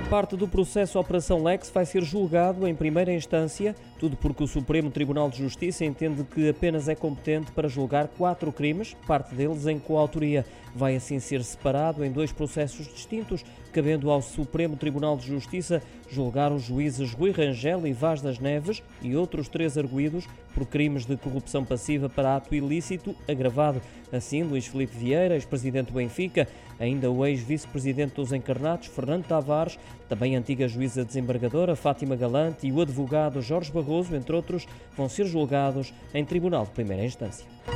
Parte do processo Operação Lex vai ser julgado em primeira instância, tudo porque o Supremo Tribunal de Justiça entende que apenas é competente para julgar 4 crimes, parte deles em coautoria. Vai assim ser separado em 2 processos distintos, cabendo ao Supremo Tribunal de Justiça julgar os juízes Rui Rangel e Vaz das Neves e outros 3 arguidos por crimes de corrupção passiva para ato ilícito agravado. Assim, Luís Filipe Vieira, ex-presidente do Benfica, ainda o ex-vice-presidente dos Encarnados, Fernando Tavares, também a antiga juíza desembargadora Fátima Galante e o advogado Jorge Barroso, entre outros, vão ser julgados em tribunal de primeira instância.